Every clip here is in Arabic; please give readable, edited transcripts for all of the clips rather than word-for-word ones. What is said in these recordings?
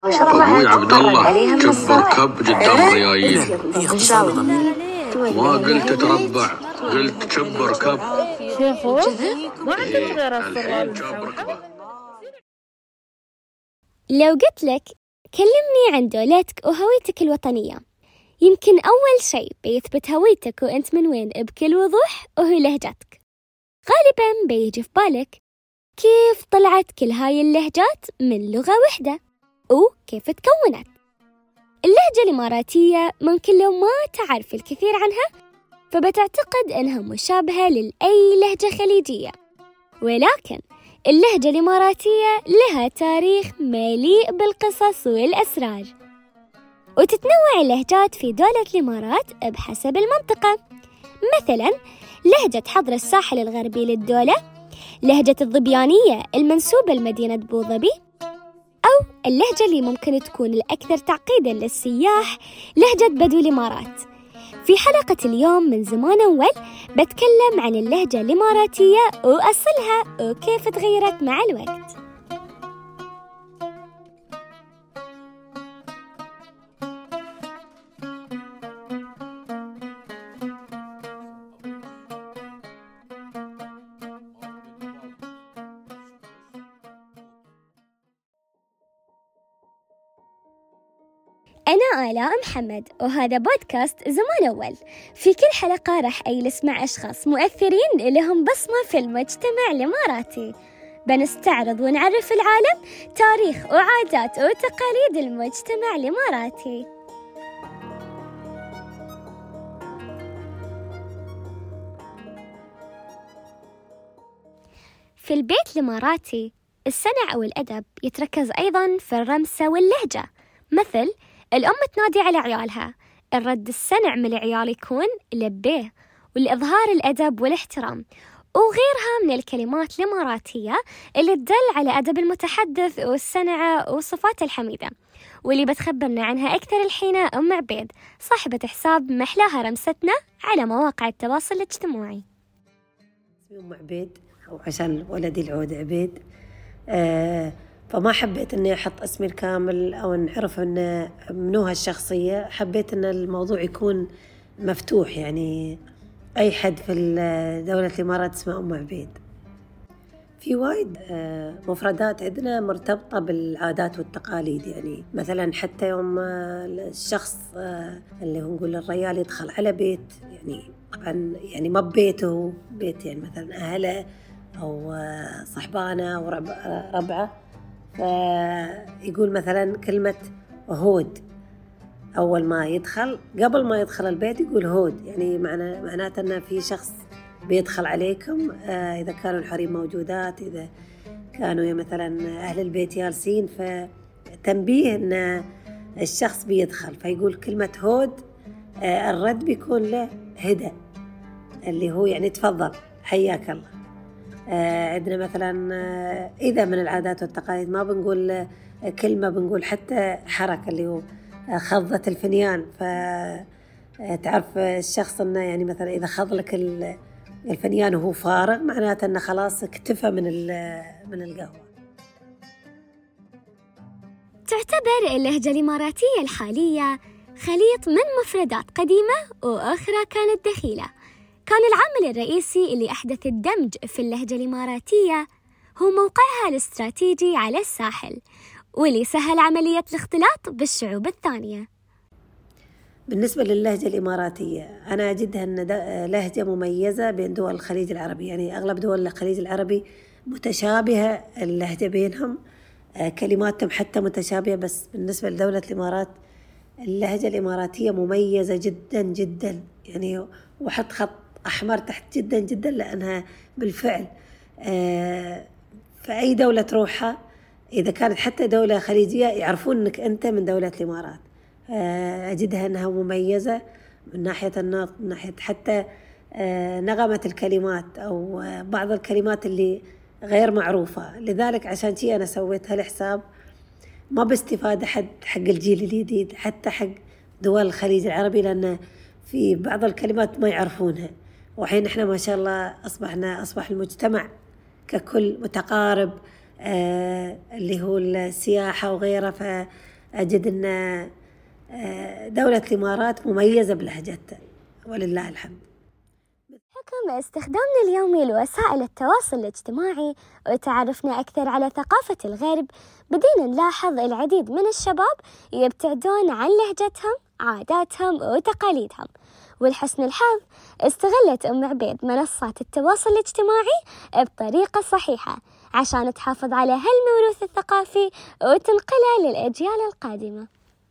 ابوي عبد الله كبر كب قدام الريايل. ان شاء الله. ما قلت تربع، قلت كبر كب. ما عندك غير الحين كبر كبه. لو قلت لك كلمني عن دولتك وهويتك الوطنية، يمكن أول شيء بيثبت هويتك وأنت من وين بكل وضوح وهو لهجتك. غالباً بيجي في بالك كيف طلعت كل هاي اللهجات من لغة واحدة وكيف تكونت. اللهجة الإماراتية ممكن لو ما تعرف الكثير عنها فبتعتقد أنها مشابهة لأي لهجة خليجية، ولكن اللهجة الإماراتية لها تاريخ مليء بالقصص والأسرار، وتتنوع اللهجات في دولة الإمارات بحسب المنطقة. مثلاً لهجة حضر الساحل الغربي للدولة، لهجة الظبيانية المنسوبة لمدينة بوظبي، أو اللهجة اللي ممكن تكون الأكثر تعقيداً للسياح لهجة بدو الإمارات. في حلقة اليوم من زمان أول بتكلم عن اللهجة الإماراتية وأصلها وكيف تغيرت مع الوقت. أنا آلاء محمد وهذا بودكاست زمان أول. في كل حلقة راح أجلس مع أشخاص مؤثرين لهم بصمة في المجتمع الإماراتي، بنستعرض ونعرف العالم تاريخ وعادات وتقاليد المجتمع الإماراتي. في البيت الإماراتي السنع أو الأدب يتركز أيضاً في الرمسة واللهجة. مثل الأم تنادي على عيالها، الرد السنع من العيال يكون لبيه، والإظهار الأدب والاحترام، وغيرها من الكلمات الإماراتية اللي تدل على أدب المتحدث والسنعة والصفات الحميدة، واللي بتخبرنا عنها أكثر الحين أم عبيد، صاحبة حساب محلاها رمستنا على مواقع التواصل الاجتماعي. اسمي أم عبيد، أو عشان ولدي العود عبيد، فما حبيت أني أحط اسمي الكامل أو نعرف أن منو هالشخصية. حبيت أن الموضوع يكون مفتوح، يعني أي حد في دولة الإمارات اسمه أم عبيد. في وايد مفردات عندنا مرتبطة بالعادات والتقاليد، يعني مثلا حتى يوم الشخص اللي هو نقول الرجال يدخل على بيت، يعني طبعا يعني ما ببيته، بيت يعني مثلا أهله أو صحبانه أو ربعه، فيقول مثلا كلمة هود أول ما يدخل، قبل ما يدخل البيت يقول هود، يعني معناته أنه في شخص بيدخل عليكم. إذا كانوا الحريم موجودات، إذا كانوا مثلا أهل البيت جالسين، فتنبيه أن الشخص بيدخل، فيقول كلمة هود. الرد بيكون له هدى، اللي هو يعني تفضل حياك الله. عندنا مثلا إذا من العادات والتقاليد ما بنقول كلمة، بنقول حتى حركة، اللي هو خضة الفنيان. فتعرف الشخص أنه يعني مثلا إذا خض لك الفنيان وهو فارغ، معناته أنه خلاص اكتفى من القهوة. تعتبر اللهجة الإماراتية الحالية خليط من مفردات قديمة وأخرى كانت دخيلة. كان العامل الرئيسي اللي أحدث الدمج في اللهجة الإماراتية هو موقعها الاستراتيجي على الساحل، واللي سهل عملية الاختلاط بالشعوب الثانية. بالنسبة للهجة الإماراتية، أنا أجدها أن لهجة مميزة بين دول الخليج العربي، يعني أغلب دول الخليج العربي متشابهة اللهجة بينهم، كلماتهم حتى متشابهة، بس بالنسبة لدولة الإمارات اللهجة الإماراتية مميزة جدا جدا، يعني وحط خط أحمر تحت جدا جدا، لأنها بالفعل في أي دولة تروحها إذا كانت حتى دولة خليجية يعرفون أنك أنت من دولة الإمارات. أجدها أنها مميزة من ناحية النطق، من ناحية حتى نغمة الكلمات أو بعض الكلمات اللي غير معروفة. لذلك عشان شيء أنا سويت هالحساب، ما باستفادة حق الجيل الجديد، حتى حق دول الخليج العربي، لأن في بعض الكلمات ما يعرفونها. وحين إحنا ما شاء الله أصبح المجتمع ككل متقارب، اللي هو السياحة وغيره، أجد أن دولة الإمارات مميزة بلهجتها ولله الحمد. بحكم استخدامنا اليومي لوسائل التواصل الاجتماعي وتعرفنا أكثر على ثقافة الغرب، بدينا نلاحظ العديد من الشباب يبتعدون عن لهجتهم، عاداتهم وتقاليدهم. ولحسن الحظ استغلت أم عبيد منصات التواصل الاجتماعي بطريقة صحيحة عشان تحافظ على هالموروث الثقافي وتنقله للأجيال القادمة.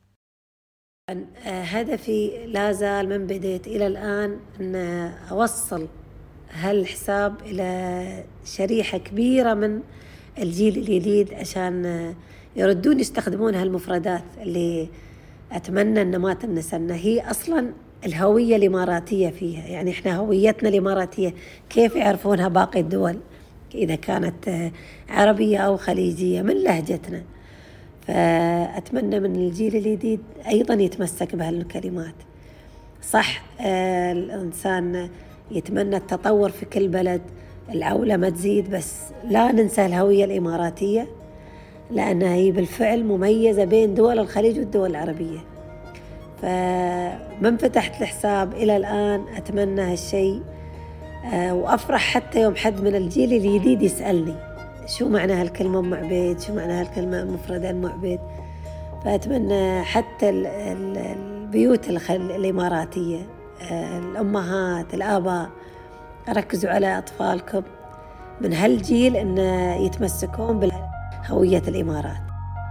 هدفي لا زال من بديت إلى الآن أن أوصل هالحساب إلى شريحة كبيرة من الجيل الجديد عشان يردون يستخدمون هالمفردات اللي أتمنى أن ما تنسى. هي أصلاً الهوية الإماراتية فيها، يعني إحنا هويتنا الإماراتية كيف يعرفونها باقي الدول إذا كانت عربية أو خليجية من لهجتنا. فأتمنى من الجيل الجديد أيضا يتمسك بهالكلمات. صح الإنسان يتمنى التطور في كل بلد، العولمة تزيد، بس لا ننسى الهوية الإماراتية لأنها هي بالفعل مميزة بين دول الخليج والدول العربية. فمن فتحت الحساب إلى الآن أتمنى هالشيء، وأفرح حتى يوم حد من الجيل الجديد يسألني شو معنى هالكلمة أم عبيد، شو معنى هالكلمة المفردة أم عبيد. فأتمنى حتى البيوت الإماراتية، الأمهات الآباء، ركزوا على أطفالكم من هالجيل أن يتمسكون بهوية الإمارات.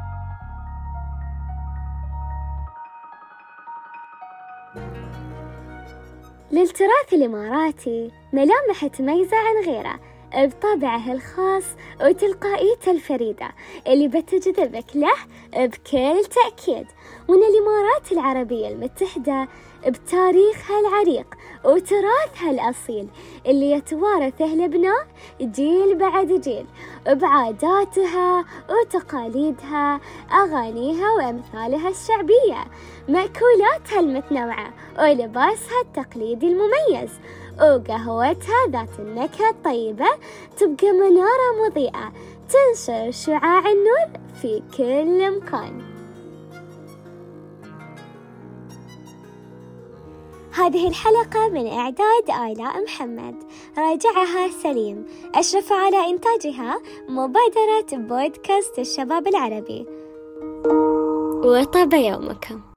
للتراث الإماراتي ملامح تميزه عن غيره بطابعه الخاص وتلقائيته الفريدة اللي بتجذبك له بكل تأكيد. وإن الإمارات العربية المتحدة بتاريخها العريق وتراثها الأصيل اللي يتوارثه الأبناء جيل بعد جيل، بعاداتها وتقاليدها، أغانيها وأمثالها الشعبية، مأكولاتها المتنوعة ولباسها التقليدي المميز، وقهوتها ذات النكهة الطيبة تبقى منارة مضيئة تنشر شعاع النور في كل مكان. هذه الحلقة من إعداد آلاء محمد، راجعها سليم، أشرف على إنتاجها مبادرة بودكاست الشباب العربي. وطاب يومكم.